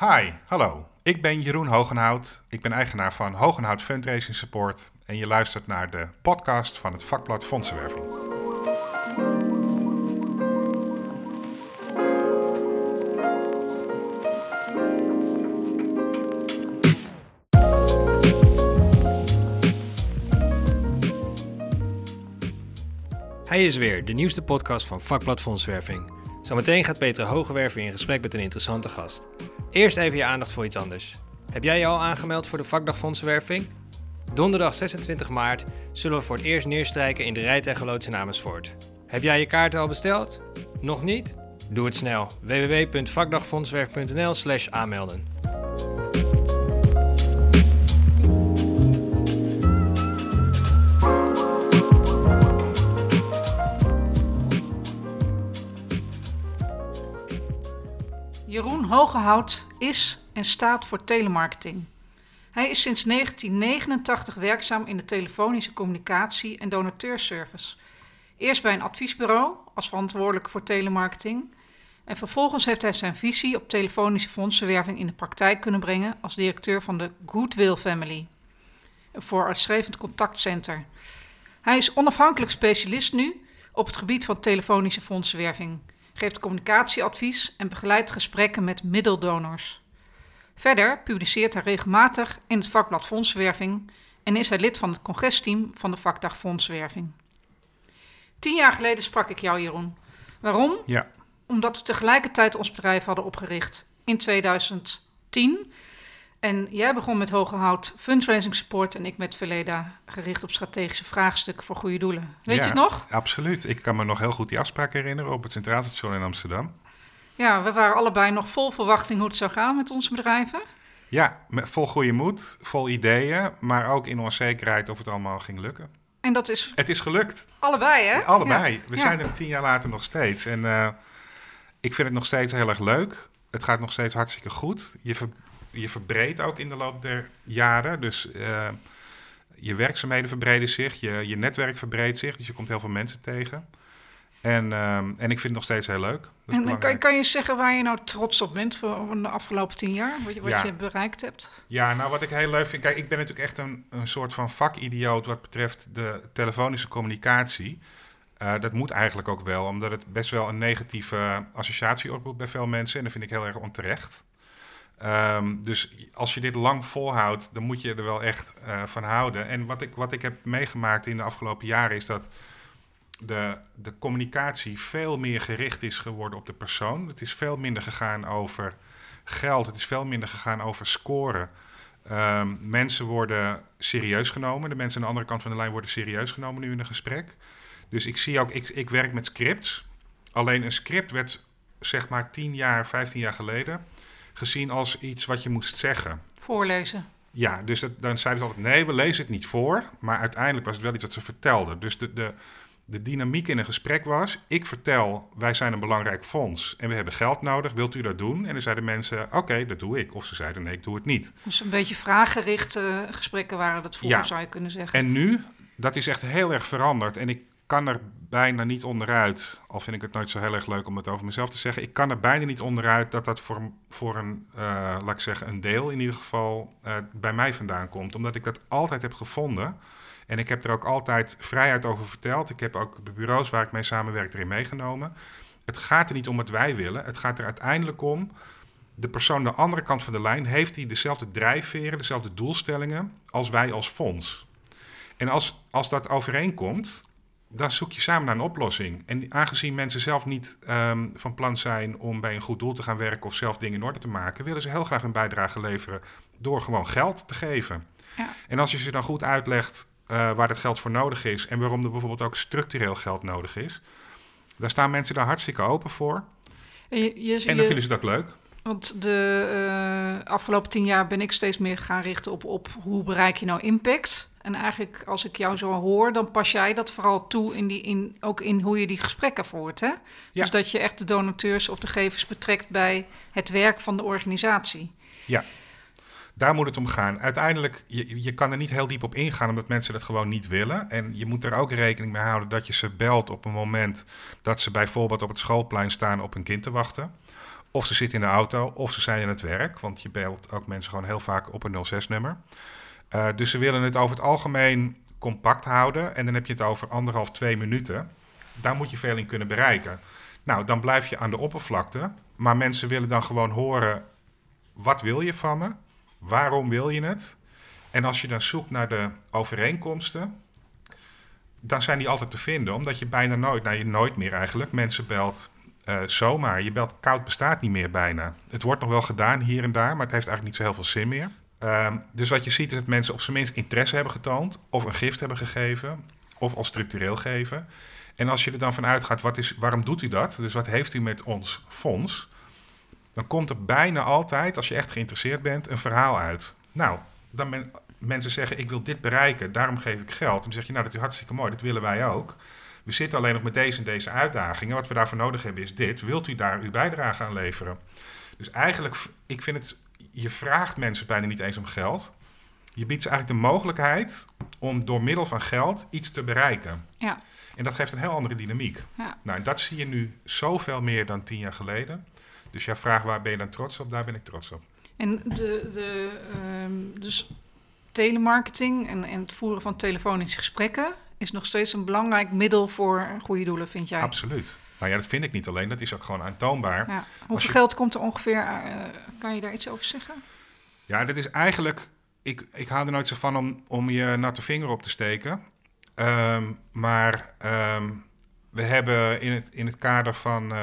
Hi, hallo. Ik ben Jeroen Hogenhout. Ik ben eigenaar van Hogenhout Fundraising Support en je luistert naar de podcast van het vakblad Fondsenwerving. Hij is weer, de nieuwste podcast van vakblad Fondsenwerving. Zometeen gaat Petra Hogewerf weer in gesprek met een interessante gast. Eerst even je aandacht voor iets anders. Heb jij je al aangemeld voor de vakdag Fondsenwerving? Donderdag 26 maart zullen we voor het eerst neerstrijken in de rijtuigenloods in Amersfoort. Heb jij je kaarten al besteld? Nog niet? Doe het snel. www.vakdagfondswerf.nl/aanmelden. Jeroen Hogenhout is en staat voor telemarketing. Hij is sinds 1989 werkzaam in de telefonische communicatie en donateurservice. Eerst bij een adviesbureau als verantwoordelijke voor telemarketing. En vervolgens heeft hij zijn visie op telefonische fondsenwerving in de praktijk kunnen brengen als directeur van de Goodwill Family, een vooruitstrevend contactcenter. Hij is onafhankelijk specialist nu op het gebied van telefonische fondsenwerving, geeft communicatieadvies en begeleidt gesprekken met middeldonors. Verder publiceert hij regelmatig in het vakblad Fondsenwerving en is hij lid van het congresteam van de vakdag Fondsenwerving. 10 jaar geleden sprak ik jou, Jeroen. Waarom? Ja. Omdat we tegelijkertijd ons bedrijf hadden opgericht in 2010. En jij begon met Hogenhout Fundraising Support en ik met Veleda, gericht op strategische vraagstukken voor goede doelen. Weet je het nog? Absoluut. Ik kan me nog heel goed die afspraak herinneren op het Centraal Station in Amsterdam. Ja, we waren allebei nog vol verwachting hoe het zou gaan met onze bedrijven. Ja, vol goede moed, vol ideeën, maar ook in onzekerheid of het allemaal ging lukken. En dat is... Het is gelukt. Allebei, hè? Allebei. Ja. We zijn er 10 jaar later nog steeds. En ik vind het nog steeds heel erg leuk. Het gaat nog steeds hartstikke goed. Je verbreedt ook in de loop der jaren. Dus je werkzaamheden verbreden zich, je netwerk verbreedt zich. Dus je komt heel veel mensen tegen. En ik vind het nog steeds heel leuk. En kan je zeggen waar je nou trots op bent voor de afgelopen 10 jaar? Wat je bereikt hebt? Ja, nou wat ik heel leuk vind... Kijk, ik ben natuurlijk echt een soort van vakidioot wat betreft de telefonische communicatie. Dat moet eigenlijk ook wel, omdat het best wel een negatieve associatie oproept bij veel mensen. En dat vind ik heel erg onterecht. Dus als je dit lang volhoudt, dan moet je er wel echt van houden. En wat ik heb meegemaakt in de afgelopen jaren is dat de communicatie veel meer gericht is geworden op de persoon. Het is veel minder gegaan over geld, het is veel minder gegaan over scoren. Mensen worden serieus genomen. De mensen aan de andere kant van de lijn worden serieus genomen nu in een gesprek. Dus ik zie ook, ik werk met scripts. Alleen een script werd zeg maar 10 jaar, 15 jaar geleden gezien als iets wat je moest zeggen. Voorlezen. Ja, dus dan zeiden ze altijd, nee, we lezen het niet voor. Maar uiteindelijk was het wel iets wat ze vertelden. Dus de dynamiek in een gesprek was, ik vertel, wij zijn een belangrijk fonds en we hebben geld nodig, wilt u dat doen? En dan zeiden mensen, oké, dat doe ik. Of ze zeiden, nee, ik doe het niet. Dus een beetje vraaggerichte gesprekken waren dat vroeger, zou je kunnen zeggen. En nu, dat is echt heel erg veranderd. En ik kan er bijna niet onderuit, al vind ik het nooit zo heel erg leuk om het over mezelf te zeggen, ik kan er bijna niet onderuit dat voor een, laat ik zeggen, een deel in ieder geval bij mij vandaan komt. Omdat ik dat altijd heb gevonden. En ik heb er ook altijd vrijheid over verteld. Ik heb ook de bureaus waar ik mee samenwerk erin meegenomen. Het gaat er niet om wat wij willen. Het gaat er uiteindelijk om, de persoon aan de andere kant van de lijn, heeft die dezelfde drijfveren, dezelfde doelstellingen als wij als fonds. En als dat overeenkomt, dan zoek je samen naar een oplossing. En aangezien mensen zelf niet van plan zijn om bij een goed doel te gaan werken of zelf dingen in orde te maken, willen ze heel graag een bijdrage leveren door gewoon geld te geven. Ja. En als je ze dan goed uitlegt waar dat geld voor nodig is en waarom er bijvoorbeeld ook structureel geld nodig is, dan staan mensen daar hartstikke open voor. En dan vinden ze dat ook leuk. Want de afgelopen 10 jaar ben ik steeds meer gaan richten op hoe bereik je nou impact. En eigenlijk als ik jou zo hoor, dan pas jij dat vooral toe ook in hoe je die gesprekken voert. Hè? Ja. Dus dat je echt de donateurs of de gevers betrekt bij het werk van de organisatie. Ja. Daar moet het om gaan. Uiteindelijk, je kan er niet heel diep op ingaan omdat mensen dat gewoon niet willen. En je moet er ook rekening mee houden dat je ze belt op een moment dat ze bijvoorbeeld op het schoolplein staan op een kind te wachten. Of ze zitten in de auto, of ze zijn aan het werk. Want je belt ook mensen gewoon heel vaak op een 06-nummer. Dus ze willen het over het algemeen compact houden. En dan heb je het over 1,5-2 minuten. Daar moet je veel in kunnen bereiken. Nou, dan blijf je aan de oppervlakte. Maar mensen willen dan gewoon horen, wat wil je van me? Waarom wil je het? En als je dan zoekt naar de overeenkomsten, dan zijn die altijd te vinden. Omdat je bijna nooit meer eigenlijk, mensen belt zomaar. Je belt koud bestaat niet meer bijna. Het wordt nog wel gedaan hier en daar, maar het heeft eigenlijk niet zo heel veel zin meer. Dus wat je ziet is dat mensen op zijn minst interesse hebben getoond, of een gift hebben gegeven, of al structureel geven. En als je er dan van uitgaat, waarom doet u dat? Dus wat heeft u met ons fonds? Dan komt er bijna altijd, als je echt geïnteresseerd bent, een verhaal uit. Nou, dan mensen zeggen, ik wil dit bereiken, daarom geef ik geld. En dan zeg je, nou, dat is hartstikke mooi, dat willen wij ook. We zitten alleen nog met deze en deze uitdagingen. Wat we daarvoor nodig hebben is dit. Wilt u daar uw bijdrage aan leveren? Dus eigenlijk, ik vind het, je vraagt mensen bijna niet eens om geld. Je biedt ze eigenlijk de mogelijkheid om door middel van geld iets te bereiken. Ja. En dat geeft een heel andere dynamiek. Ja. Nou, en dat zie je nu zoveel meer dan 10 jaar geleden. Dus jouw vraag, waar ben je dan trots op? Daar ben ik trots op. En dus telemarketing en het voeren van telefonische gesprekken is nog steeds een belangrijk middel voor goede doelen, vind jij? Absoluut. Nou ja, dat vind ik niet alleen. Dat is ook gewoon aantoonbaar. Ja. Hoeveel geld komt er ongeveer? Kan je daar iets over zeggen? Ja, dat is eigenlijk... Ik hou er nooit zo van om je natte vinger op te steken. Maar we hebben in het kader van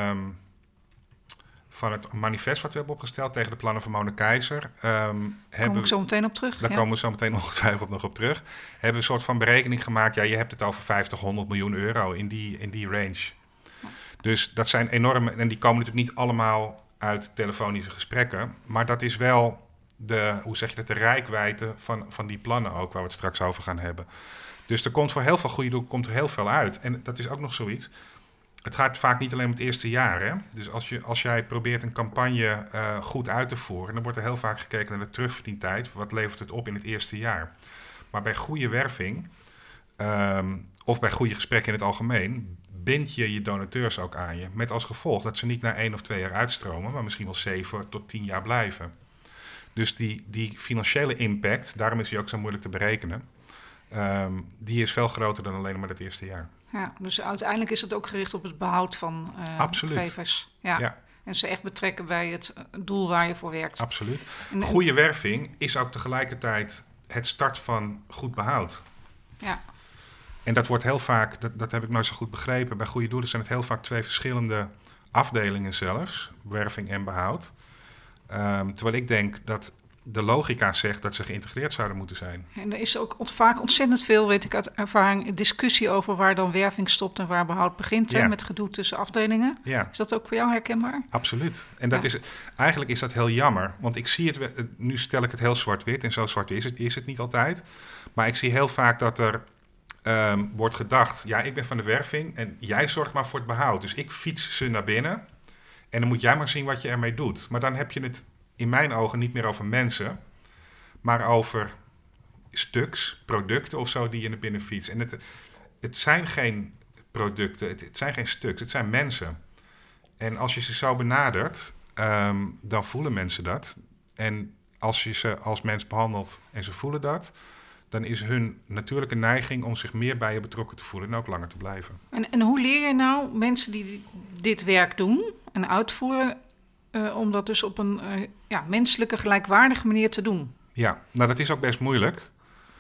het manifest wat we hebben opgesteld tegen de plannen van Mona Keizer. Daar komen we zo meteen op terug. Daar komen we zo meteen ongetwijfeld nog op terug. Hebben we een soort van berekening gemaakt. Ja, je hebt het over 50-100 miljoen euro in die range. Ja. Dus dat zijn enorme... En die komen natuurlijk niet allemaal uit telefonische gesprekken. Maar dat is wel de reikwijdte van die plannen ook, waar we het straks over gaan hebben. Dus er komt voor heel veel goede doelen heel veel uit. En dat is ook nog zoiets. Het gaat vaak niet alleen om het eerste jaar. Hè? Dus als jij probeert een campagne goed uit te voeren, dan wordt er heel vaak gekeken naar de terugverdientijd. Wat levert het op in het eerste jaar? Maar bij goede werving, of bij goede gesprekken in het algemeen, bind je je donateurs ook aan je. Met als gevolg dat ze niet na 1 of 2 jaar uitstromen, maar misschien wel 7 tot 10 jaar blijven. Dus die financiële impact, daarom is die ook zo moeilijk te berekenen, die is veel groter dan alleen maar het eerste jaar. Ja, dus uiteindelijk is het ook gericht op het behoud van gevers. Ja. En ze echt betrekken bij het doel waar je voor werkt. Absoluut. Goede werving is ook tegelijkertijd het start van goed behoud. Ja. En dat wordt heel vaak, dat heb ik nooit zo goed begrepen, bij goede doelen zijn het heel vaak 2 verschillende afdelingen zelfs, werving en behoud. Terwijl ik denk dat de logica zegt dat ze geïntegreerd zouden moeten zijn. En er is ook vaak ontzettend veel, weet ik uit ervaring, discussie over waar dan werving stopt en waar behoud begint. Ja. Met gedoe tussen afdelingen. Ja. Is dat ook voor jou herkenbaar? Absoluut. En dat eigenlijk is dat heel jammer. Want ik zie het, nu stel ik het heel zwart-wit en zo zwart is het niet altijd. Maar ik zie heel vaak dat er wordt gedacht, ja, ik ben van de werving en jij zorgt maar voor het behoud. Dus ik fiets ze naar binnen en dan moet jij maar zien wat je ermee doet. Maar dan heb je het in mijn ogen niet meer over mensen, maar over stuks, producten of zo die je naar binnen fietst. En het zijn geen producten, het zijn geen stuks, het zijn mensen. En als je ze zo benadert, dan voelen mensen dat. En als je ze als mens behandelt en ze voelen dat, dan is hun natuurlijke neiging om zich meer bij je betrokken te voelen en ook langer te blijven. En hoe leer je nou mensen die dit werk doen en uitvoeren, om dat dus op een menselijke, gelijkwaardige manier te doen? Ja, nou dat is ook best moeilijk.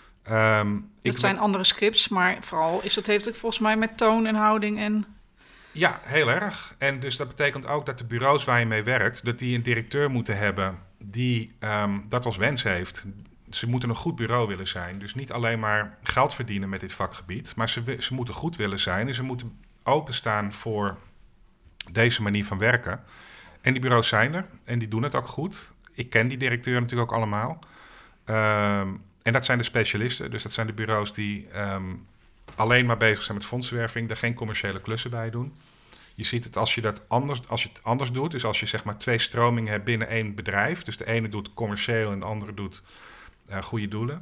Het zijn andere scripts, maar vooral heeft het volgens mij met toon en houding en... Ja, heel erg. En dus dat betekent ook dat de bureaus waar je mee werkt, dat die een directeur moeten hebben die dat als wens heeft. Ze moeten een goed bureau willen zijn. Dus niet alleen maar geld verdienen met dit vakgebied, maar ze moeten goed willen zijn en ze moeten openstaan voor deze manier van werken. En die bureaus zijn er en die doen het ook goed. Ik ken die directeur natuurlijk ook allemaal. En dat zijn de specialisten. Dus dat zijn de bureaus die alleen maar bezig zijn met fondsenwerving, daar geen commerciële klussen bij doen. Je ziet het als je het anders doet. Dus als je zeg maar 2 stromingen hebt binnen 1 bedrijf. Dus de ene doet commercieel en de andere doet goede doelen.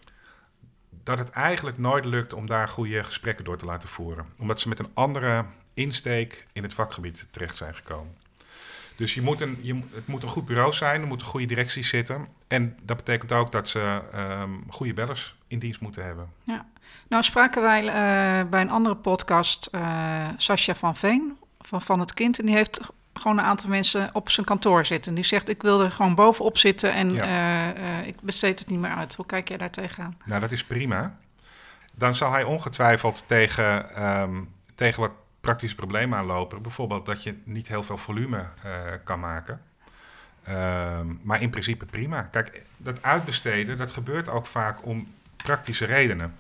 Dat het eigenlijk nooit lukt om daar goede gesprekken door te laten voeren. Omdat ze met een andere insteek in het vakgebied terecht zijn gekomen. Dus het moet een goed bureau zijn, er moet een goede directie zitten. En dat betekent ook dat ze goede bellers in dienst moeten hebben. Ja. Nou spraken wij bij een andere podcast Sascha van Veen van het Kind. En die heeft gewoon een aantal mensen op zijn kantoor zitten. Die zegt, ik wil er gewoon bovenop zitten en ik besteed het niet meer uit. Hoe kijk jij daar tegenaan? Nou, dat is prima. Dan zal hij ongetwijfeld tegen wat praktische problemen aanlopen. Bijvoorbeeld dat je niet heel veel volume kan maken. Maar in principe prima. Kijk, dat uitbesteden, dat gebeurt ook vaak om praktische redenen.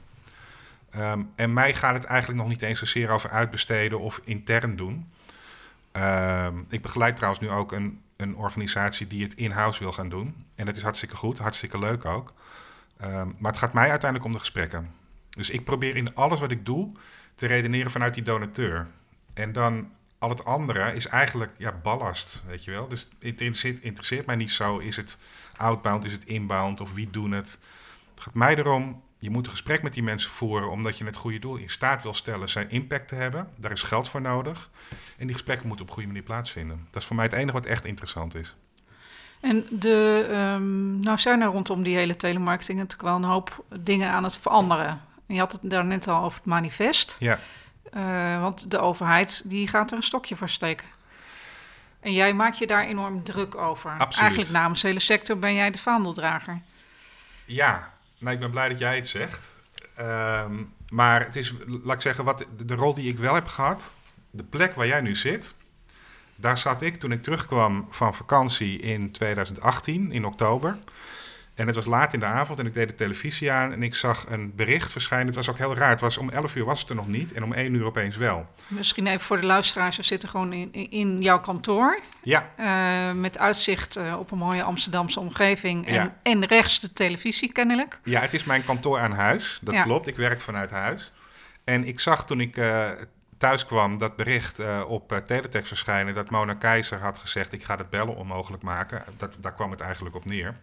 En mij gaat het eigenlijk nog niet eens zozeer over uitbesteden of intern doen. Ik begeleid trouwens nu ook een organisatie die het in-house wil gaan doen. En dat is hartstikke goed, hartstikke leuk ook. Maar het gaat mij uiteindelijk om de gesprekken. Dus ik probeer in alles wat ik doe te redeneren vanuit die donateur. En dan al het andere is eigenlijk ballast, weet je wel. Dus het interesseert mij niet zo. Is het outbound, is het inbound of wie doen het? Het gaat mij erom, je moet een gesprek met die mensen voeren omdat je het goede doel in staat wil stellen zijn impact te hebben. Daar is geld voor nodig. En die gesprekken moeten op een goede manier plaatsvinden. Dat is voor mij het enige wat echt interessant is. En nou zijn er rondom die hele telemarketing natuurlijk wel een hoop dingen aan het veranderen. Je had het daar net al over het manifest. Ja. Want de overheid die gaat er een stokje voor steken. En jij maakt je daar enorm druk over. Absoluut. Eigenlijk namens de hele sector ben jij de vaandeldrager. Ja, nou, ik ben blij dat jij het zegt. Maar het is, laat ik zeggen, de rol die ik wel heb gehad, de plek waar jij nu zit, daar zat ik toen ik terugkwam van vakantie in 2018, in oktober. En het was laat in de avond en ik deed de televisie aan en ik zag een bericht verschijnen. Het was ook heel raar. Het was om 11 uur was het er nog niet en om 1 uur opeens wel. Misschien even voor de luisteraars. We zitten gewoon in jouw kantoor. Ja. Met uitzicht op een mooie Amsterdamse omgeving. Ja. En rechts de televisie kennelijk. Ja, het is mijn kantoor aan huis. Dat klopt. Ik werk vanuit huis. En ik zag toen ik thuis kwam dat bericht op teletext verschijnen dat Mona Keizer had gezegd, ik ga het bellen onmogelijk maken. Daar kwam het eigenlijk op neer.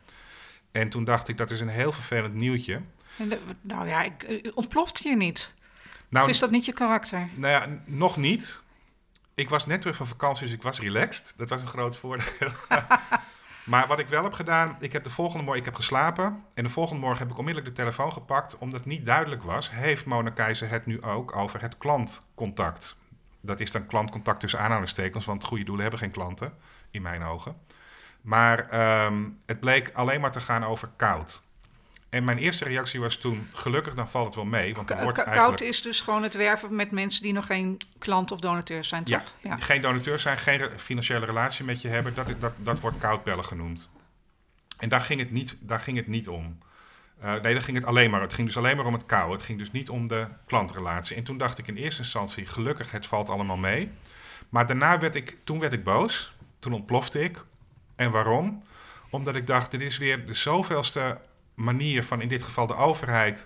En toen dacht ik, dat is een heel vervelend nieuwtje. Nou ja, ontploft je niet? Nou, of is dat niet je karakter? Nou ja, nog niet. Ik was net terug van vakantie, dus ik was relaxed. Dat was een groot voordeel. Maar wat ik wel heb gedaan, ik heb geslapen. En de volgende morgen heb ik onmiddellijk de telefoon gepakt, omdat niet duidelijk was, heeft Mona Keizer het nu ook over het klantcontact. Dat is dan klantcontact tussen aanhalingstekens, want goede doelen hebben geen klanten, in mijn ogen. Maar het bleek alleen maar te gaan over koud. En mijn eerste reactie was toen, gelukkig dan valt het wel mee. Want koud is dus gewoon het werven met mensen die nog geen klant of donateur zijn, toch? Ja, geen donateur zijn, geen financiële relatie met je hebben. Dat wordt koudbellen genoemd. En daar ging het niet om. Het ging dus alleen maar om het kou. Het ging dus niet om de klantrelatie. En toen dacht ik in eerste instantie, gelukkig, het valt allemaal mee. Maar daarna werd ik boos. Toen ontplofte ik. En waarom? Omdat ik dacht, dit is weer de zoveelste manier van in dit geval de overheid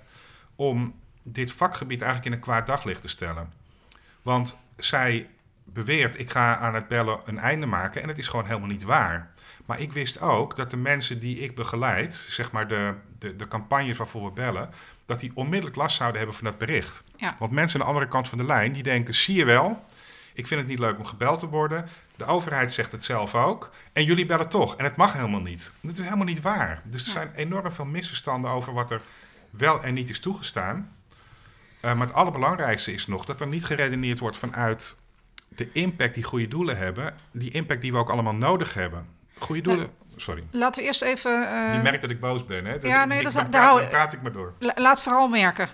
om dit vakgebied eigenlijk in een kwaad daglicht te stellen. Want zij beweert, ik ga aan het bellen een einde maken en het is gewoon helemaal niet waar. Maar ik wist ook dat de mensen die ik begeleid, zeg maar de campagnes waarvoor we bellen, dat die onmiddellijk last zouden hebben van dat bericht. Ja. Want mensen aan de andere kant van de lijn, die denken, zie je wel, ik vind het niet leuk om gebeld te worden. De overheid zegt het zelf ook. En jullie bellen toch. En het mag helemaal niet. Dat is helemaal niet waar. Dus er zijn enorm veel misverstanden over wat er wel en niet is toegestaan. Maar het allerbelangrijkste is nog dat er niet geredeneerd wordt vanuit de impact die goede doelen hebben. Die impact die we ook allemaal nodig hebben. Goede doelen... Sorry. Laten we eerst even... Je merkt dat ik boos ben, hè? Dus ja, nee, dan praat ik maar door. Laat vooral merken.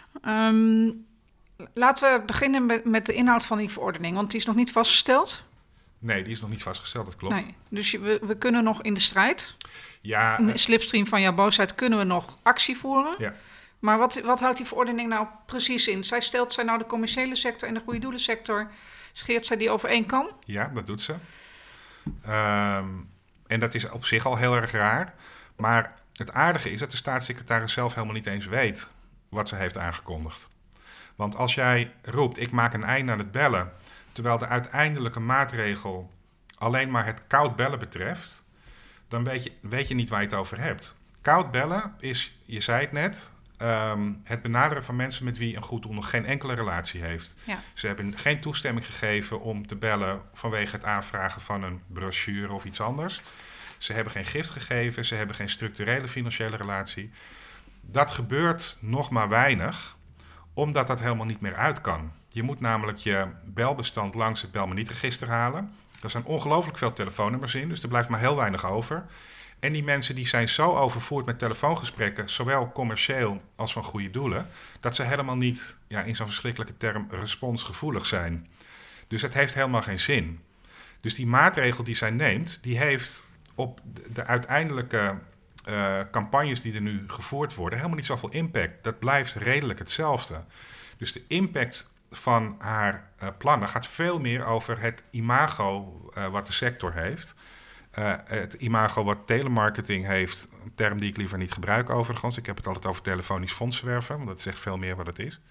Laten we beginnen met de inhoud van die verordening, want die is nog niet vastgesteld. Nee, die is nog niet vastgesteld, dat klopt. Nee, dus we kunnen nog in de strijd. Ja. In de slipstream van jouw boosheid kunnen we nog actie voeren. Ja. Maar wat houdt die verordening nou precies in? Stelt zij nou de commerciële sector en de goede doelensector, scheert zij die over één kam? Ja, dat doet ze. En dat is op zich al heel erg raar. Maar het aardige is dat de staatssecretaris zelf helemaal niet eens weet wat ze heeft aangekondigd. Want als jij roept, ik maak een einde aan het bellen, terwijl de uiteindelijke maatregel alleen maar het koud bellen betreft, dan weet je niet waar je het over hebt. Koud bellen is, je zei het net, het benaderen van mensen met wie een goed doel nog geen enkele relatie heeft. Ja. Ze hebben geen toestemming gegeven om te bellen vanwege het aanvragen van een brochure of iets anders. Ze hebben geen gift gegeven, ze hebben geen structurele financiële relatie. Dat gebeurt nog maar weinig, omdat dat helemaal niet meer uit kan. Je moet namelijk je belbestand langs het Bel-me-niet-register halen. Er zijn ongelooflijk veel telefoonnummers in, dus er blijft maar heel weinig over. En die mensen die zijn zo overvoerd met telefoongesprekken, zowel commercieel als van goede doelen, dat ze helemaal niet, in zo'n verschrikkelijke term, responsgevoelig zijn. Dus het heeft helemaal geen zin. Dus die maatregel die zij neemt, die heeft op de uiteindelijke campagnes die er nu gevoerd worden helemaal niet zoveel impact. Dat blijft redelijk hetzelfde. Dus de impact van haar plannen gaat veel meer over het imago wat de sector heeft. Het imago wat telemarketing heeft, een term die ik liever niet gebruik overigens. Ik heb het altijd over telefonisch fondswerven, want dat zegt veel meer wat het is.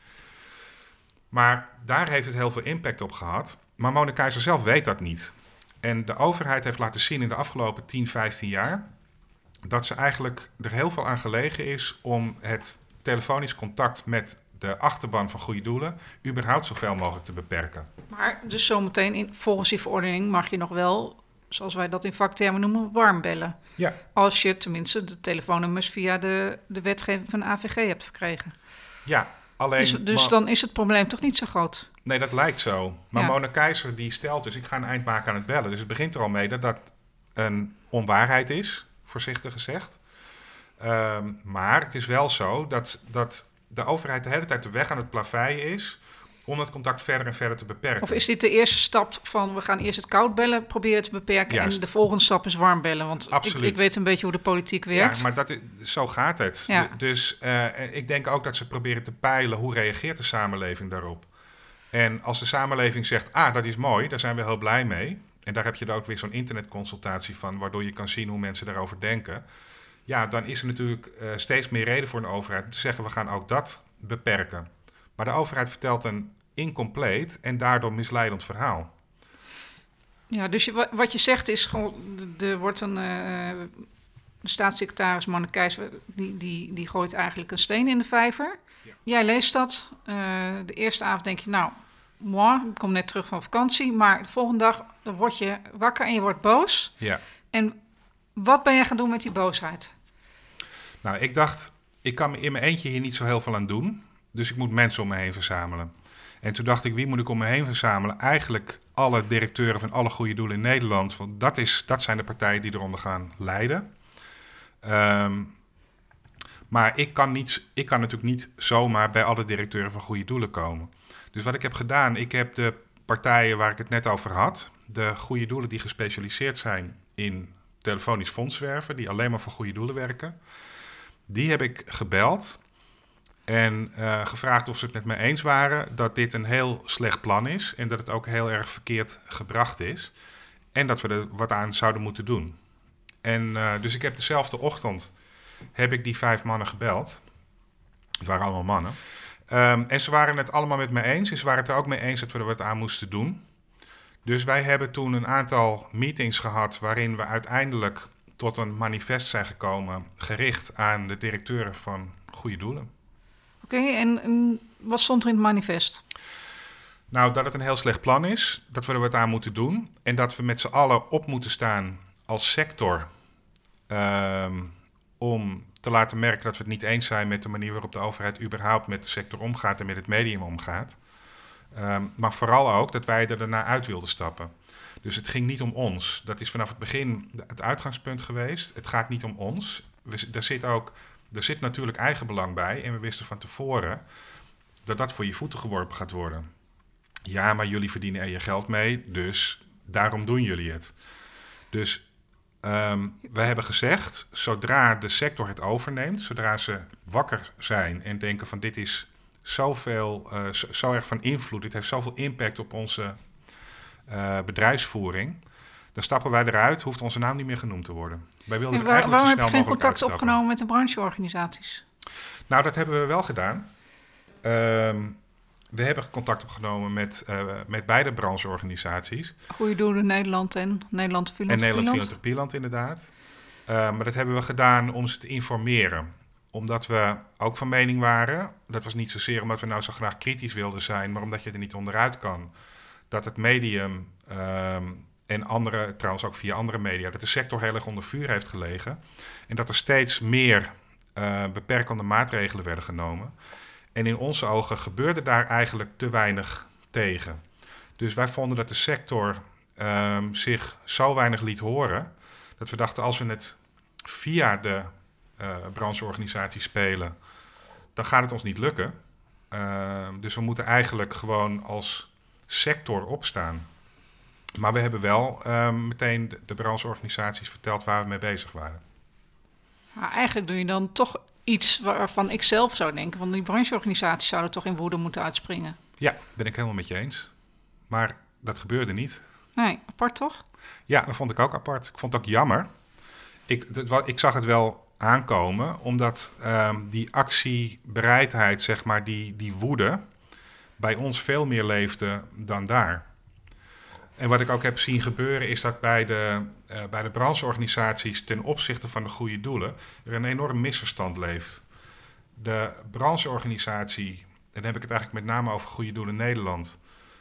Maar daar heeft het heel veel impact op gehad. Maar Mona Keijzer zelf weet dat niet. En de overheid heeft laten zien in de afgelopen 10, 15 jaar dat ze eigenlijk er heel veel aan gelegen is om het telefonisch contact met de achterban van goede doelen überhaupt zoveel mogelijk te beperken. Maar dus zometeen volgens die verordening mag je nog wel, zoals wij dat in vaktermen noemen, warm bellen. Ja. Als je tenminste de telefoonnummers via de wetgeving van de AVG hebt verkregen. Ja, alleen... Dus dan is het probleem toch niet zo groot? Nee, dat lijkt zo. Maar Ja. Mona Keijzer die stelt dus, ik ga een eind maken aan het bellen. Dus het begint er al mee dat dat een onwaarheid is, voorzichtig gezegd. Maar het is wel zo dat de overheid de hele tijd de weg aan het plaveien is om het contact verder en verder te beperken. Of is dit de eerste stap van we gaan eerst het koud bellen proberen te beperken Juist. en de volgende stap is warm bellen? Want Absoluut. ik weet een beetje hoe de politiek werkt. Ja, maar zo gaat het. Ja. Dus ik denk ook dat ze proberen te peilen hoe reageert de samenleving daarop. En als de samenleving zegt, dat is mooi, daar zijn we heel blij mee. En daar heb je dan ook weer zo'n internetconsultatie van, waardoor je kan zien hoe mensen daarover denken. Ja, dan is er natuurlijk steeds meer reden voor een overheid om te zeggen, we gaan ook dat beperken. Maar de overheid vertelt een incompleet en daardoor misleidend verhaal. Ja, dus wat je zegt is gewoon, er wordt de staatssecretaris Mona Keijzer, die gooit eigenlijk een steen in de vijver. Ja. Jij leest dat. De eerste avond denk je, nou, moi, ik kom net terug van vakantie. Maar de volgende dag dan word je wakker en je wordt boos. Ja. En wat ben jij gaan doen met die boosheid? Nou, ik dacht, ik kan in mijn eentje hier niet zo heel veel aan doen. Dus ik moet mensen om me heen verzamelen. En toen dacht ik, wie moet ik om me heen verzamelen? Eigenlijk alle directeuren van alle goede doelen in Nederland. Want dat zijn de partijen die eronder gaan lijden. Maar ik kan natuurlijk niet zomaar bij alle directeuren van goede doelen komen. Dus wat ik heb gedaan, ik heb de partijen waar ik het net over had, de goede doelen die gespecialiseerd zijn in telefonisch fondswerven, die alleen maar voor goede doelen werken, die heb ik gebeld en gevraagd of ze het met me eens waren dat dit een heel slecht plan is en dat het ook heel erg verkeerd gebracht is en dat we er wat aan zouden moeten doen. En dus ik heb dezelfde ochtend heb ik die 5 mannen gebeld. Het waren allemaal mannen. En ze waren het allemaal met me eens. En ze waren het er ook mee eens dat we er wat aan moesten doen. Dus wij hebben toen een aantal meetings gehad waarin we uiteindelijk tot een manifest zijn gekomen, gericht aan de directeuren van goede doelen. Oké, en wat stond er in het manifest? Nou, dat het een heel slecht plan is, dat we er wat aan moeten doen en dat we met z'n allen op moeten staan als sector om te laten merken dat we het niet eens zijn met de manier waarop de overheid überhaupt met de sector omgaat en met het medium omgaat. Maar vooral ook dat wij er daarna uit wilden stappen. Dus het ging niet om ons. Dat is vanaf het begin het uitgangspunt geweest. Het gaat niet om ons. Er zit natuurlijk eigenbelang bij. En we wisten van tevoren dat dat voor je voeten geworpen gaat worden. Ja, maar jullie verdienen er je geld mee, dus daarom doen jullie het. Dus wij hebben gezegd, zodra de sector het overneemt, zodra ze wakker zijn en denken van dit is zo erg van invloed, dit heeft zoveel impact op onze bedrijfsvoering, dan stappen wij eruit, hoeft onze naam niet meer genoemd te worden. Wij wilden er eigenlijk zo snel waarom heb je geen mogelijk contact uitstappen. opgenomen met de brancheorganisaties? Nou, dat hebben we wel gedaan. We hebben contact opgenomen met beide brancheorganisaties. Goede Doelen Nederland en Nederland En Nederland Philanthropieland inderdaad. Maar dat hebben we gedaan om ze te informeren. omdat we ook van mening waren, dat was niet zozeer omdat we nou zo graag kritisch wilden zijn, maar omdat je er niet onderuit kan, dat het medium en andere, trouwens ook via andere media, dat de sector heel erg onder vuur heeft gelegen en dat er steeds meer beperkende maatregelen werden genomen. En in onze ogen gebeurde daar eigenlijk te weinig tegen. Dus wij vonden dat de sector zich zo weinig liet horen, dat we dachten als we het via de brancheorganisatie spelen, dan gaat het ons niet lukken. Dus we moeten eigenlijk gewoon als sector opstaan. Maar we hebben wel meteen de brancheorganisaties verteld waar we mee bezig waren. Maar eigenlijk doe je dan toch iets waarvan ik zelf zou denken, want die brancheorganisaties zouden toch in woede moeten uitspringen. Ja, ben ik helemaal met je eens. Maar dat gebeurde niet. Nee, apart toch? Ja, dat vond ik ook apart. Ik vond het ook jammer. Ik zag het wel aankomen, omdat die actiebereidheid, zeg maar, die woede, bij ons veel meer leefde dan daar. En wat ik ook heb zien gebeuren, is dat bij de brancheorganisaties ten opzichte van de goede doelen er een enorm misverstand leeft. De brancheorganisatie, en dan heb ik het eigenlijk met name over Goede Doelen Nederland,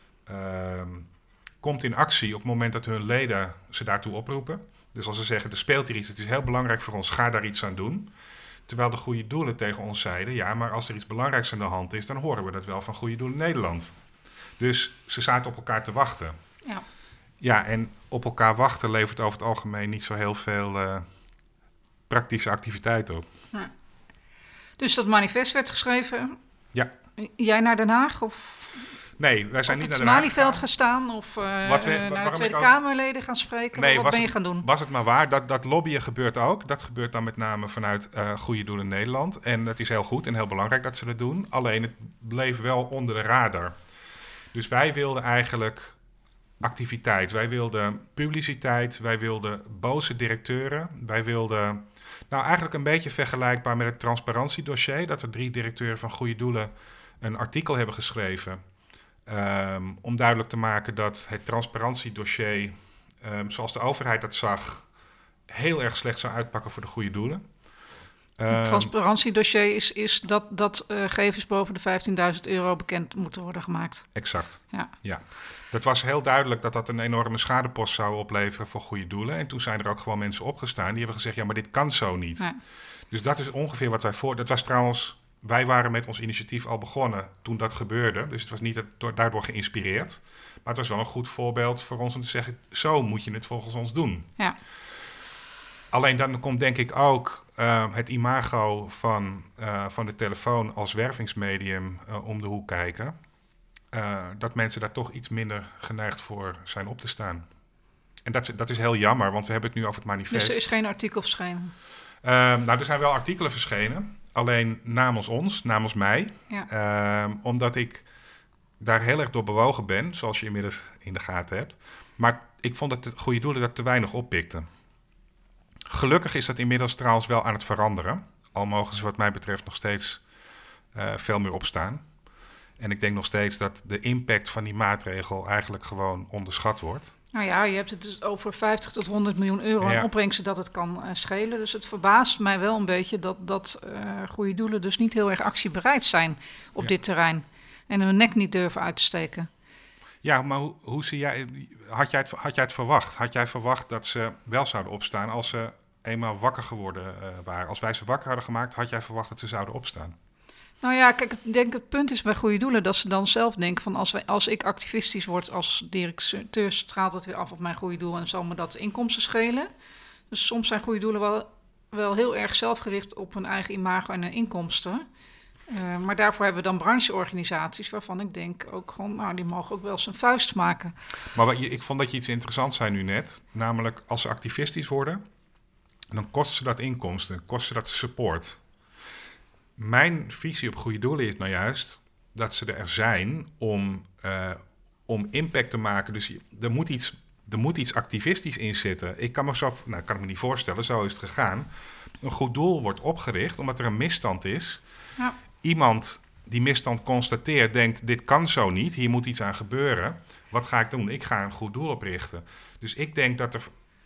komt in actie op het moment dat hun leden ze daartoe oproepen. Dus als ze zeggen, er speelt hier iets, het is heel belangrijk voor ons, ga daar iets aan doen. Terwijl de Goede Doelen tegen ons zeiden, ja, maar als er iets belangrijks aan de hand is, dan horen we dat wel van Goede Doelen Nederland. Dus ze zaten op elkaar te wachten. Ja. Ja, en op elkaar wachten levert over het algemeen niet zo heel veel praktische activiteit op. Ja. Dus dat manifest werd geschreven. Ja. Jij naar Den Haag of Nee, wij zijn op niet het naar Den Haag Malieveld gegaan. gestaan of naar de Tweede Kamerleden gaan spreken? Nee, Wat ben je gaan doen? Was het maar waar. Dat lobbyen gebeurt ook. Dat gebeurt dan met name vanuit Goede Doelen Nederland. En dat is heel goed en heel belangrijk dat ze dat doen. Alleen het bleef wel onder de radar. Dus wij wilden eigenlijk activiteit. Wij wilden publiciteit. Wij wilden boze directeuren. Wij wilden, nou eigenlijk een beetje vergelijkbaar met het transparantiedossier, dat er 3 directeuren van Goede Doelen een artikel hebben geschreven om duidelijk te maken dat het transparantiedossier, zoals de overheid dat zag, heel erg slecht zou uitpakken voor de goede doelen. Het transparantiedossier is dat gegevens boven de €15.000 bekend moeten worden gemaakt. Exact. Ja. Dat was heel duidelijk dat dat een enorme schadepost zou opleveren voor goede doelen. En toen zijn er ook gewoon mensen opgestaan die hebben gezegd, ja, maar dit kan zo niet. Ja. Dus dat is ongeveer wat wij voor. Dat was trouwens, wij waren met ons initiatief al begonnen toen dat gebeurde. Dus het was niet daardoor geïnspireerd. Maar het was wel een goed voorbeeld voor ons om te zeggen, zo moet je het volgens ons doen. Ja. Alleen dan komt denk ik ook het imago van de telefoon als wervingsmedium om de hoek kijken. Dat mensen daar toch iets minder geneigd voor zijn op te staan. En dat is heel jammer, want we hebben het nu over het manifest. Dus er is geen artikel verschenen? Nou, er zijn wel artikelen verschenen. Alleen namens ons, namens mij. Ja. Omdat ik daar heel erg door bewogen ben, zoals je inmiddels in de gaten hebt. Maar ik vond dat de goede doelen dat te weinig oppikten. Gelukkig is dat inmiddels trouwens wel aan het veranderen. Al mogen ze wat mij betreft nog steeds veel meer opstaan. En ik denk nog steeds dat de impact van die maatregel eigenlijk gewoon onderschat wordt. Nou ja, je hebt het dus over 50 tot 100 miljoen euro aan opbrengsten dat het kan schelen. Dus het verbaast mij wel een beetje dat goede doelen dus niet heel erg actiebereid zijn op dit terrein. En hun nek niet durven uit te steken. Ja, maar hoe zie jij, had jij het verwacht? Had jij verwacht dat ze wel zouden opstaan als ze eenmaal wakker geworden waren? Als wij ze wakker hadden gemaakt, had jij verwacht dat ze zouden opstaan? Nou ja, kijk, ik denk het punt is bij goede doelen dat ze dan zelf denken van als ik activistisch word als directeur, straalt het weer af op mijn goede doel en zal me dat inkomsten schelen. Dus soms zijn goede doelen wel heel erg zelfgericht op hun eigen imago en hun inkomsten. Maar daarvoor hebben we dan brancheorganisaties waarvan ik denk ook gewoon, nou, die mogen ook wel zijn vuist maken. Maar ik vond dat je iets interessants zei nu net. Namelijk, als ze activistisch worden, dan kost ze dat inkomsten, kost ze dat support. Mijn visie op goede doelen is nou juist dat ze er zijn om impact te maken. Dus er moet iets activistisch in zitten. Ik kan me niet voorstellen, zo is het gegaan. Een goed doel wordt opgericht omdat er een misstand is. Ja. Iemand die misstand constateert, denkt, dit kan zo niet, hier moet iets aan gebeuren. Wat ga ik doen? Ik ga een goed doel oprichten. Dus ik denk dat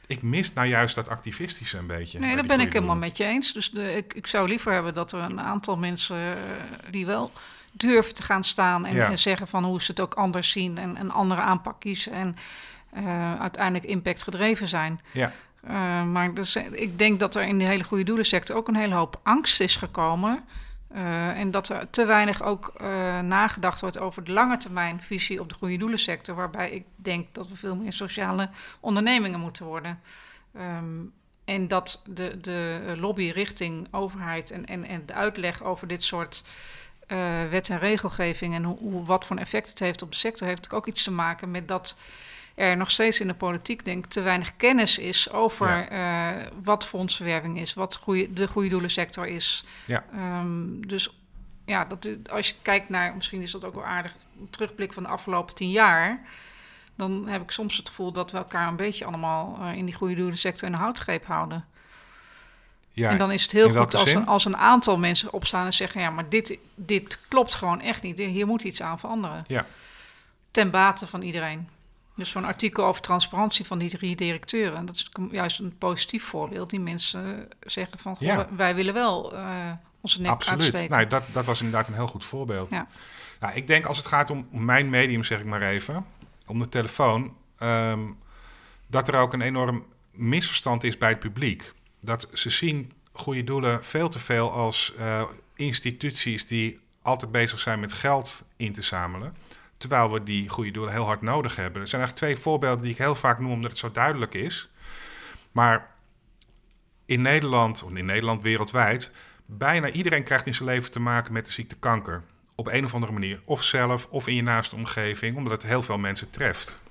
ik mis nou juist dat activistische een beetje. Nee, dat ben ik helemaal met je eens. Dus ik zou liever hebben dat er een aantal mensen die wel durven te gaan staan en zeggen van hoe ze het ook anders zien en een andere aanpak kiezen en uiteindelijk impactgedreven zijn. Ja. Maar dus, ik denk dat er in de hele goede doelensector ook een hele hoop angst is gekomen. En dat er te weinig ook nagedacht wordt over de lange termijn visie op de goede doelensector. Waarbij ik denk dat we veel meer sociale ondernemingen moeten worden. En dat de lobby richting overheid en de uitleg over dit soort wet en regelgeving en wat voor een effect het heeft op de sector, heeft natuurlijk ook iets te maken met dat er nog steeds in de politiek, denk ik, te weinig kennis is over wat fondsenwerving is, wat de goede doelensector is. Ja. Dus ja, als je kijkt naar, misschien is dat ook wel aardig, een terugblik van de afgelopen 10 jaar, dan heb ik soms het gevoel dat we elkaar een beetje allemaal in die goede doelensector in de houtgreep houden. Ja, en dan is het heel goed als een aantal mensen opstaan en zeggen, ja, maar dit klopt gewoon echt niet. Hier moet iets aan veranderen. Ja. Ten bate van iedereen. Dus zo'n artikel over transparantie van die 3 directeuren, dat is juist een positief voorbeeld. Die mensen zeggen van, wij willen wel onze nek uitsteken. Absoluut. Nou, dat was inderdaad een heel goed voorbeeld. Ja. Nou, ik denk als het gaat om mijn medium, zeg ik maar even, om de telefoon, dat er ook een enorm misverstand is bij het publiek. Dat ze zien goede doelen veel te veel als instituties die altijd bezig zijn met geld in te zamelen. Terwijl we die goede doelen heel hard nodig hebben. Er zijn eigenlijk 2 voorbeelden die ik heel vaak noem omdat het zo duidelijk is. Maar in Nederland wereldwijd, bijna iedereen krijgt in zijn leven te maken met de ziekte kanker. Op een of andere manier. Of zelf, of in je naaste omgeving, omdat het heel veel mensen treft.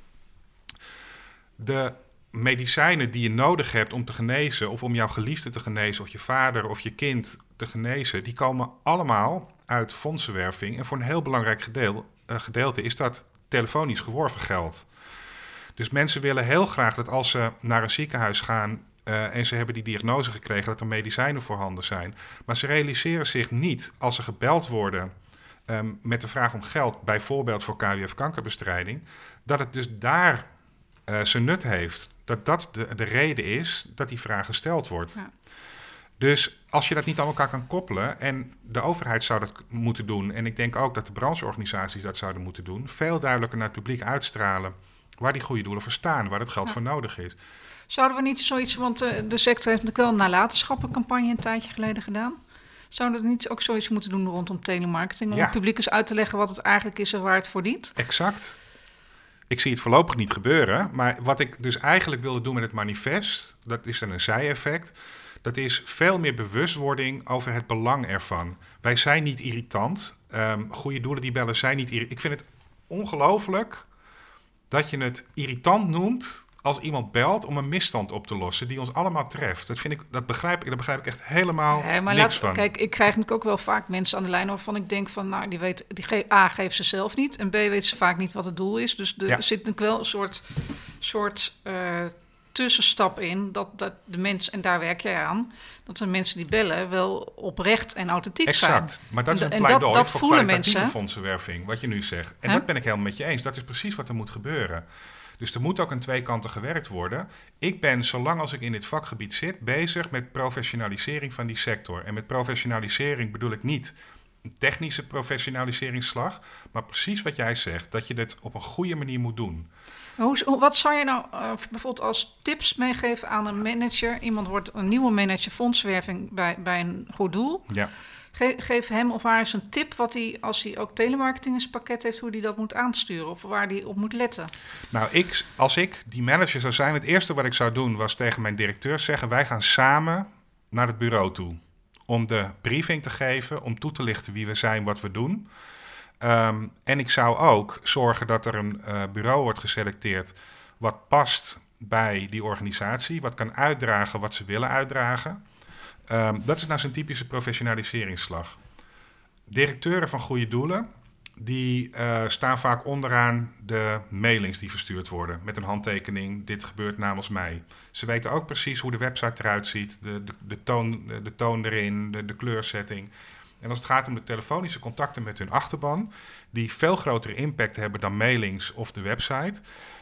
De medicijnen die je nodig hebt om te genezen, of om jouw geliefde te genezen, of je vader of je kind te genezen, die komen allemaal uit fondsenwerving. En voor een heel belangrijk gedeelte is dat telefonisch geworven geld. Dus mensen willen heel graag dat als ze naar een ziekenhuis gaan en ze hebben die diagnose gekregen, dat er medicijnen voorhanden zijn. Maar ze realiseren zich niet, als ze gebeld worden met de vraag om geld, bijvoorbeeld voor KWF-kankerbestrijding, dat het dus daar zijn nut heeft. Dat de reden is dat die vraag gesteld wordt. Ja. Dus als je dat niet aan elkaar kan koppelen, en de overheid zou dat moeten doen, en ik denk ook dat de brancheorganisaties dat zouden moeten doen, veel duidelijker naar het publiek uitstralen waar die goede doelen voor staan, waar het geld voor nodig is. Zouden we niet zoiets, want de sector heeft natuurlijk wel een nalatenschappencampagne een tijdje geleden gedaan. Zouden we niet ook zoiets moeten doen rondom telemarketing, om het publiek eens uit te leggen wat het eigenlijk is en waar het voor dient? Exact. Ik zie het voorlopig niet gebeuren, maar wat ik dus eigenlijk wilde doen met het manifest, dat is dan een zij-effect, dat is veel meer bewustwording over het belang ervan. Wij zijn niet irritant. Goede doelen die bellen zijn niet irritant. Ik vind het ongelooflijk dat je het irritant noemt als iemand belt om een misstand op te lossen die ons allemaal treft. Dat begrijp ik echt helemaal niks van. Kijk, ik krijg natuurlijk ook wel vaak mensen aan de lijn waarvan ik denk van, nou, geven ze zelf niet en B weten ze vaak niet wat het doel is. Dus er zit natuurlijk wel een soort tussenstap in dat de mensen, en daar werk jij aan, dat de mensen die bellen wel oprecht en authentiek zijn. Exact, maar dat is een pleidooi voor kwalitatieve fondsenwerving, wat je nu zegt. En dat ben ik helemaal met je eens. Dat is precies wat er moet gebeuren. Dus er moet ook aan 2 kanten gewerkt worden. Ik ben, zolang als ik in dit vakgebied zit, bezig met professionalisering van die sector. En met professionalisering bedoel ik niet een technische professionaliseringsslag, maar precies wat jij zegt, dat je dit op een goede manier moet doen. Wat zou je nou bijvoorbeeld als tips meegeven aan een manager? Iemand wordt een nieuwe manager fondsenwerving bij een goed doel. Ja. Geef hem of haar eens een tip wat hij, als hij ook telemarketing in zijn pakket heeft, hoe hij dat moet aansturen of waar hij op moet letten. Nou, als ik die manager zou zijn, het eerste wat ik zou doen was tegen mijn directeur zeggen, wij gaan samen naar het bureau toe. Om de briefing te geven, om toe te lichten wie we zijn, wat we doen. En ik zou ook zorgen dat er een bureau wordt geselecteerd wat past bij die organisatie, wat kan uitdragen wat ze willen uitdragen. Dat is nou zo'n typische professionaliseringsslag. Directeuren van goede doelen, die staan vaak onderaan de mailings die verstuurd worden met een handtekening, dit gebeurt namens mij. Ze weten ook precies hoe de website eruit ziet, de toon erin, de kleursetting. En als het gaat om de telefonische contacten met hun achterban, die veel grotere impact hebben dan mailings of de website,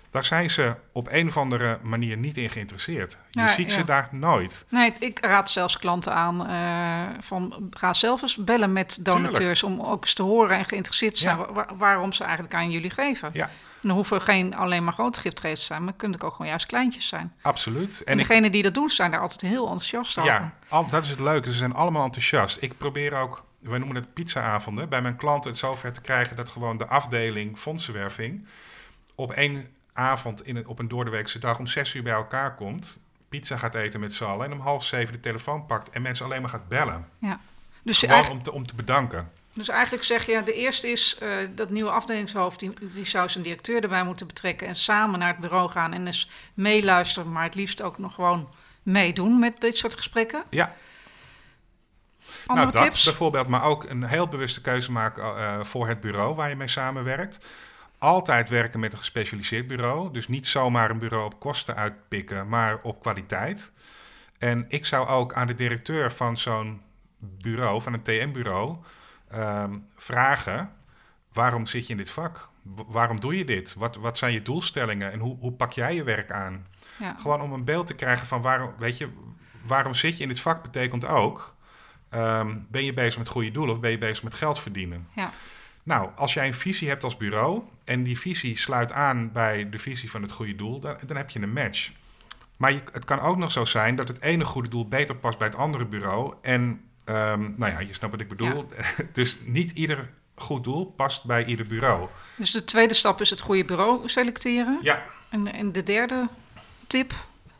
Daar zijn ze op een of andere manier niet in geïnteresseerd. Je ziet ze daar nooit. Nee, ik raad zelfs klanten aan ga zelf eens bellen met donateurs... om ook eens te horen en geïnteresseerd te zijn waarom ze eigenlijk aan jullie geven. Ja. En dan hoeven geen alleen maar grote giftgevers te zijn... maar kunnen ook gewoon juist kleintjes zijn. Absoluut. En degenen die dat doen zijn daar altijd heel enthousiast over. Ja, dat is het leuke. Ze zijn allemaal enthousiast. Ik probeer ook, wij noemen het pizza-avonden... bij mijn klanten het zover te krijgen... dat gewoon de afdeling fondsenwerving... op één avond op een doordeweekse dag om 6 uur bij elkaar komt... pizza gaat eten met z'n allen... en om 6:30 de telefoon pakt... en mensen alleen maar gaat bellen. Ja. Dus gewoon om te bedanken. Dus eigenlijk zeg je, de eerste is dat nieuwe afdelingshoofd... die zou zijn directeur erbij moeten betrekken... en samen naar het bureau gaan en eens meeluisteren... maar het liefst ook nog gewoon meedoen met dit soort gesprekken. Ja. Andere dat tips? Bijvoorbeeld, maar ook een heel bewuste keuze maken... voor het bureau waar je mee samenwerkt. Altijd werken met een gespecialiseerd bureau. Dus niet zomaar een bureau op kosten uitpikken... maar op kwaliteit. En ik zou ook aan de directeur van zo'n bureau... van een TM-bureau... vragen, waarom zit je in dit vak? Waarom doe je dit? Wat zijn je doelstellingen en hoe pak jij je werk aan? Ja. Gewoon om een beeld te krijgen van waarom zit je in dit vak betekent ook... ben je bezig met goede doelen of ben je bezig met geld verdienen? Ja. Nou, als jij een visie hebt als bureau... en die visie sluit aan bij de visie van het goede doel... dan heb je een match. Maar het kan ook nog zo zijn dat het ene goede doel... beter past bij het andere bureau en... je snapt wat ik bedoel. Ja. Dus niet ieder goed doel past bij ieder bureau. Dus de tweede stap is het goede bureau selecteren. Ja. En de derde tip?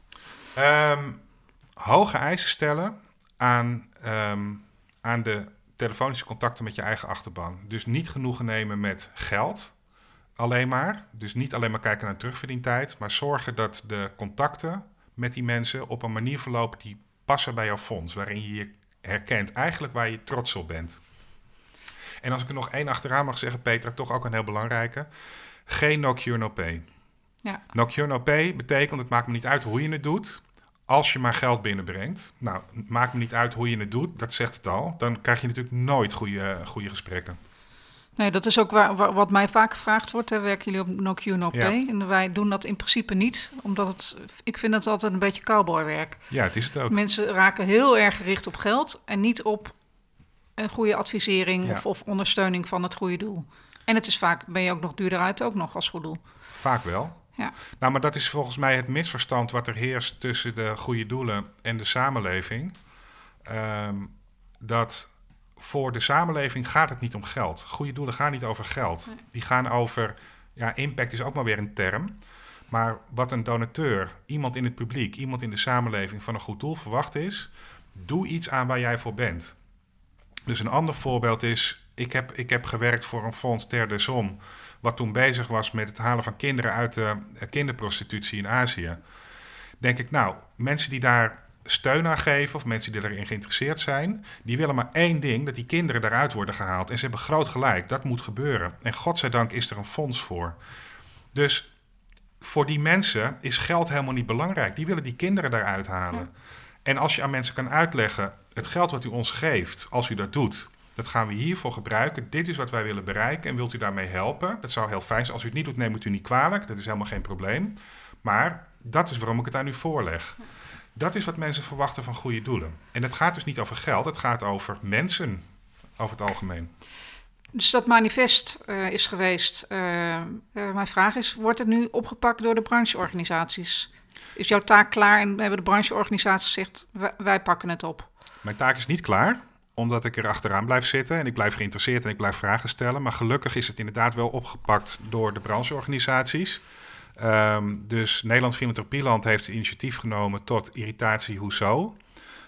Hoge eisen stellen aan de telefonische contacten met je eigen achterban. Dus niet genoegen nemen met geld alleen maar. Dus niet alleen maar kijken naar terugverdientijd. Maar zorgen dat de contacten met die mensen op een manier verlopen... die passen bij jouw fonds. Waarin je je herkent eigenlijk waar je trots op bent. En als ik er nog één achteraan mag zeggen, Petra, toch ook een heel belangrijke. Geen no cure, no pay. Ja. No cure, no pay betekent, het maakt me niet uit hoe je het doet, als je maar geld binnenbrengt. Nou, het maakt me niet uit hoe je het doet, dat zegt het al. Dan krijg je natuurlijk nooit goede gesprekken. Nee, dat is ook wat mij vaak gevraagd wordt. Hè. Werken jullie op no cure, no pay? Ja. En wij doen dat in principe niet, omdat ik vind het altijd een beetje cowboywerk. Ja, het is het ook. Mensen raken heel erg gericht op geld en niet op een goede advisering of ondersteuning van het goede doel. En het is vaak, ben je ook nog duurder uit, ook nog als goed doel. Vaak wel. Ja. Nou, maar dat is volgens mij het misverstand wat er heerst tussen de goede doelen en de samenleving. Dat voor de samenleving gaat het niet om geld. Goede doelen gaan niet over geld. Nee. Die gaan over, impact is ook maar weer een term. Maar wat een donateur, iemand in het publiek, iemand in de samenleving van een goed doel verwacht is, doe iets aan waar jij voor bent. Dus een ander voorbeeld is, ik heb gewerkt voor een fonds Terre des Hommes, wat toen bezig was met het halen van kinderen uit de kinderprostitutie in Azië. Denk ik, mensen die daar steun aan geven of mensen die erin geïnteresseerd zijn, die willen maar één ding, dat die kinderen daaruit worden gehaald. En ze hebben groot gelijk, dat moet gebeuren. En godzijdank is er een fonds voor. Dus voor die mensen is geld helemaal niet belangrijk. Die willen die kinderen daaruit halen. Ja. En als je aan mensen kan uitleggen, het geld wat u ons geeft, als u dat doet, dat gaan we hiervoor gebruiken. Dit is wat wij willen bereiken en wilt u daarmee helpen? Dat zou heel fijn zijn. Als u het niet doet, neemt u niet kwalijk. Dat is helemaal geen probleem. Maar dat is waarom ik het aan u voorleg. Ja. Dat is wat mensen verwachten van goede doelen. En het gaat dus niet over geld, het gaat over mensen, over het algemeen. Dus dat manifest is geweest. Mijn vraag is, wordt het nu opgepakt door de brancheorganisaties? Is jouw taak klaar en hebben de brancheorganisaties gezegd, wij pakken het op? Mijn taak is niet klaar, omdat ik er achteraan blijf zitten en ik blijf geïnteresseerd en ik blijf vragen stellen. Maar gelukkig is het inderdaad wel opgepakt door de brancheorganisaties. Dus Nederland Filantropieland heeft initiatief genomen tot irritatie hoezo.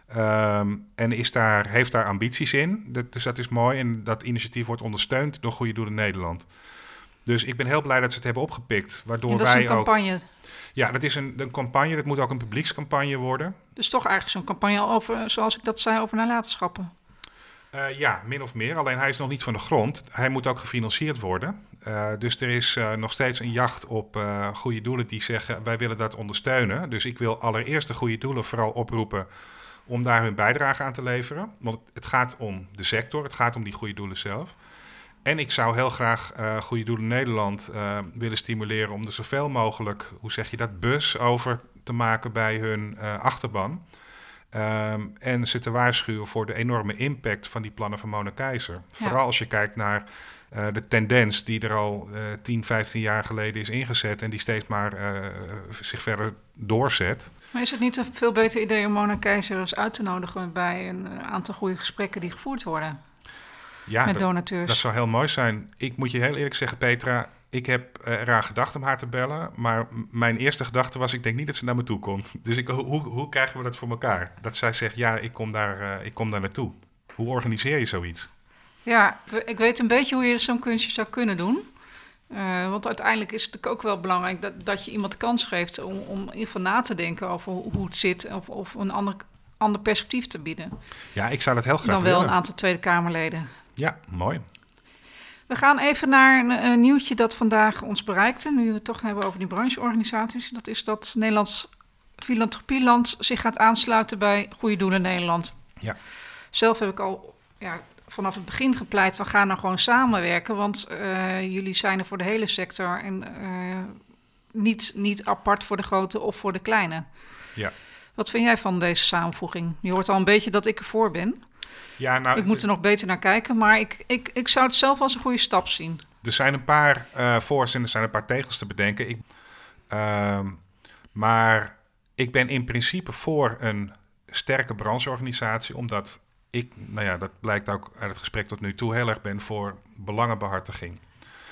En heeft daar ambities in. Dus dat is mooi. En dat initiatief wordt ondersteund door Goede Doelen Nederland. Dus ik ben heel blij dat ze het hebben opgepikt. Waardoor dat is een campagne? Ook, ja, dat is een campagne. Dat moet ook een publiekscampagne worden. Dus toch eigenlijk zo'n campagne over, zoals ik dat zei, over nalatenschappen? Ja, min of meer. Alleen hij is nog niet van de grond. Hij moet ook gefinancierd worden. Dus er is nog steeds een jacht op goede doelen die zeggen, wij willen dat ondersteunen. Dus ik wil allereerst de goede doelen vooral oproepen om daar hun bijdrage aan te leveren. Want het gaat om de sector, het gaat om die goede doelen zelf. En ik zou heel graag Goede Doelen Nederland willen stimuleren om er zoveel mogelijk, hoe zeg je dat, buzz over te maken bij hun achterban. En ze te waarschuwen voor de enorme impact van die plannen van Mona Keizer. Ja. Vooral als je kijkt naar de tendens die er al 10, 15 jaar geleden is ingezet en die steeds maar zich verder doorzet. Maar is het niet een veel beter idee om Mona Keizer eens uit te nodigen bij een aantal goede gesprekken die gevoerd worden met donateurs? Dat zou heel mooi zijn. Ik moet je heel eerlijk zeggen, Petra, ik heb eraan gedacht om haar te bellen, maar mijn eerste gedachte was, ik denk niet dat ze naar me toe komt. Dus hoe krijgen we dat voor elkaar? Dat zij zegt, ja, ik kom daar naartoe. Hoe organiseer je zoiets? Ja, ik weet een beetje hoe je zo'n kunstje zou kunnen doen. Want uiteindelijk is het natuurlijk ook wel belangrijk dat je iemand de kans geeft om in ieder geval na te denken over hoe het zit of een ander perspectief te bieden. Ja, ik zou dat heel graag willen. Dan wel willen. een aantal Tweede Kamerleden. Ja, mooi. We gaan even naar een nieuwtje dat vandaag ons bereikte, nu we het toch hebben over die brancheorganisaties. Dat is dat Nederlands Filantropieland zich gaat aansluiten bij Goede Doelen Nederland. Ja. Zelf heb ik al vanaf het begin gepleit, we gaan nou gewoon samenwerken, want jullie zijn er voor de hele sector en niet apart voor de grote of voor de kleine. Ja. Wat vind jij van deze samenvoeging? Je hoort al een beetje dat ik ervoor ben. Ja, nou, ik moet er nog beter naar kijken, maar ik zou het zelf als een goede stap zien. Er zijn een paar voor's en er zijn een paar tegels te bedenken. Maar ik ben in principe voor een sterke brancheorganisatie, omdat ik, dat blijkt ook uit het gesprek tot nu toe, heel erg ben voor belangenbehartiging.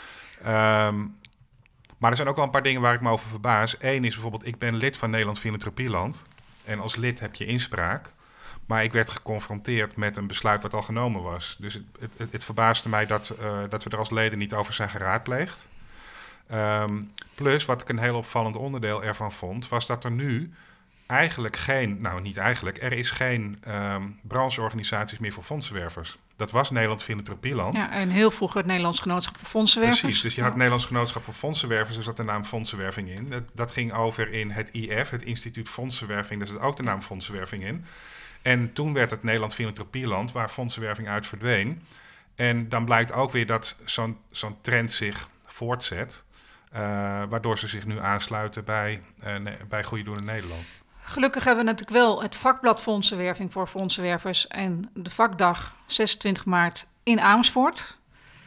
Maar er zijn ook wel een paar dingen waar ik me over verbaas. Eén is bijvoorbeeld, ik ben lid van Nederlands Filantropieland. En als lid heb je inspraak. Maar ik werd geconfronteerd met een besluit wat al genomen was. Dus het verbaasde mij dat we er als leden niet over zijn geraadpleegd. Plus, wat ik een heel opvallend onderdeel ervan vond, was dat er nu eigenlijk er is geen brancheorganisaties meer voor fondsenwervers. Dat was Nederlands Filantropieland. Ja, en heel vroeger het Nederlands Genootschap voor Fondsenwervers. Precies, dus je had het Nederlands Genootschap voor Fondsenwervers, er zat de naam fondsenwerving in. Dat ging over in het IF, het Instituut Fondsenwerving, daar zat ook de naam fondsenwerving in. En toen werd het Nederlands Filantropieland, waar fondsenwerving uit verdween. En dan blijkt ook weer dat zo'n trend zich voortzet, waardoor ze zich nu aansluiten bij Goede Doelen Nederland. Gelukkig hebben we natuurlijk wel het vakblad Fondsenwerving voor fondsenwervers en de vakdag 26 maart in Amersfoort.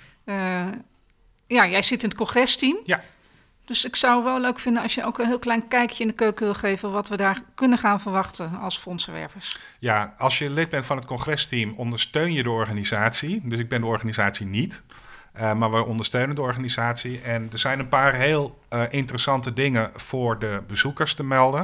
Jij zit in het congresteam. Ja. Dus ik zou wel leuk vinden als je ook een heel klein kijkje in de keuken wil geven wat we daar kunnen gaan verwachten als fondsenwervers. Ja, als je lid bent van het congresteam, ondersteun je de organisatie. Dus ik ben de organisatie niet. Maar we ondersteunen de organisatie. En er zijn een paar heel interessante dingen voor de bezoekers te melden.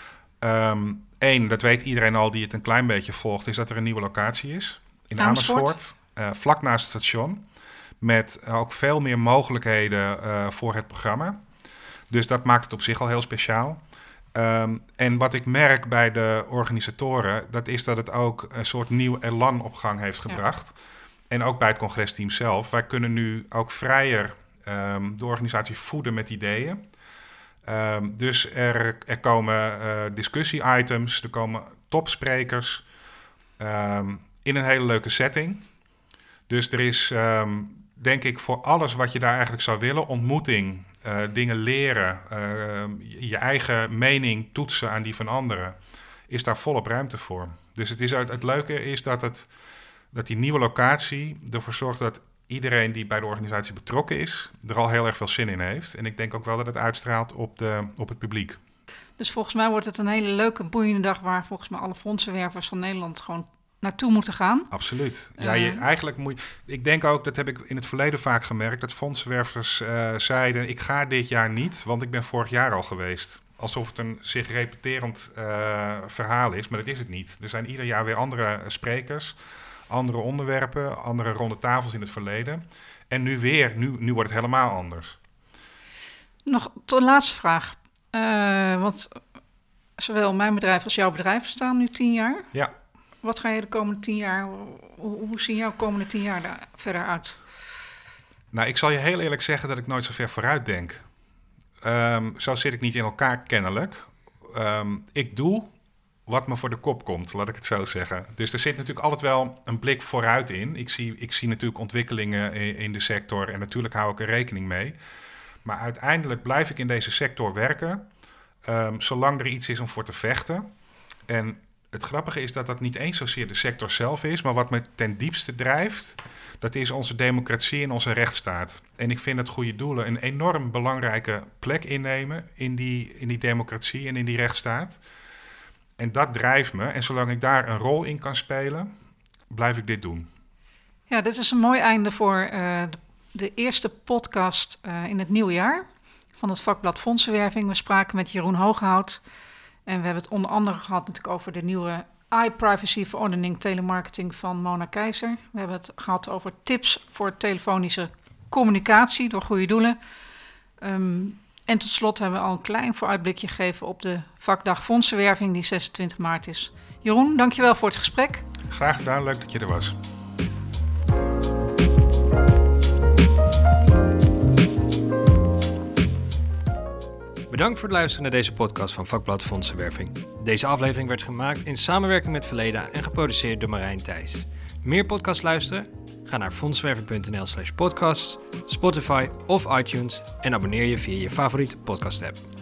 Eén, dat weet iedereen al die het een klein beetje volgt, is dat er een nieuwe locatie is in Amersfoort. Vlak naast het station. Met ook veel meer mogelijkheden voor het programma. Dus dat maakt het op zich al heel speciaal. En wat ik merk bij de organisatoren, dat is dat het ook een soort nieuw elan op gang heeft gebracht. Ja. En ook bij het congresteam zelf. Wij kunnen nu ook vrijer de organisatie voeden met ideeën. Dus er komen discussie-items, er komen topsprekers in een hele leuke setting. Dus er is, denk ik, voor alles wat je daar eigenlijk zou willen, ontmoeting, dingen leren, je eigen mening toetsen aan die van anderen, is daar volop ruimte voor. Dus het leuke is dat die nieuwe locatie ervoor zorgt dat iedereen die bij de organisatie betrokken is, er al heel erg veel zin in heeft. En ik denk ook wel dat het uitstraalt op het publiek. Dus volgens mij wordt het een hele leuke, boeiende dag waar volgens mij alle fondsenwervers van Nederland gewoon naartoe moeten gaan. Absoluut. Ja, ik denk ook, dat heb ik in het verleden vaak gemerkt, dat fondsenwervers zeiden, ik ga dit jaar niet, want ik ben vorig jaar al geweest. Alsof het een zich repeterend verhaal is, maar dat is het niet. Er zijn ieder jaar weer andere sprekers, andere onderwerpen, andere ronde tafels in het verleden. En nu wordt het helemaal anders. Nog tot de laatste vraag. Want zowel mijn bedrijf als jouw bedrijf staan nu 10 jaar. Ja. Wat ga je de komende 10 jaar, hoe zien jouw komende 10 jaar daar verder uit? Nou, ik zal je heel eerlijk zeggen dat ik nooit zo ver vooruit denk. Zo zit ik niet in elkaar kennelijk. Ik doe wat me voor de kop komt, laat ik het zo zeggen. Dus er zit natuurlijk altijd wel een blik vooruit in. Ik zie natuurlijk ontwikkelingen in de sector en natuurlijk hou ik er rekening mee. Maar uiteindelijk blijf ik in deze sector werken, zolang er iets is om voor te vechten. En het grappige is dat dat niet eens zozeer de sector zelf is, maar wat me ten diepste drijft, dat is onze democratie en onze rechtsstaat. En ik vind dat goede doelen een enorm belangrijke plek innemen in die democratie en in die rechtsstaat. En dat drijft me. En zolang ik daar een rol in kan spelen, blijf ik dit doen. Ja, dit is een mooi einde voor de eerste podcast in het nieuwe jaar van het vakblad Fondsenwerving. We spraken met Jeroen Hogehout en we hebben het onder andere gehad natuurlijk over de nieuwe iPrivacy-verordening telemarketing van Mona Keizer. We hebben het gehad over tips voor telefonische communicatie door goede doelen. En tot slot hebben we al een klein vooruitblikje gegeven op de vakdag Fondsenwerving die 26 maart is. Jeroen, dankjewel voor het gesprek. Graag gedaan, leuk dat je er was. Bedankt voor het luisteren naar deze podcast van Vakblad Fondsenwerving. Deze aflevering werd gemaakt in samenwerking met Verleda en geproduceerd door Marijn Thijs. Meer podcasts luisteren? Ga naar fondswerving.nl/podcasts, Spotify of iTunes en abonneer je via je favoriete podcast app.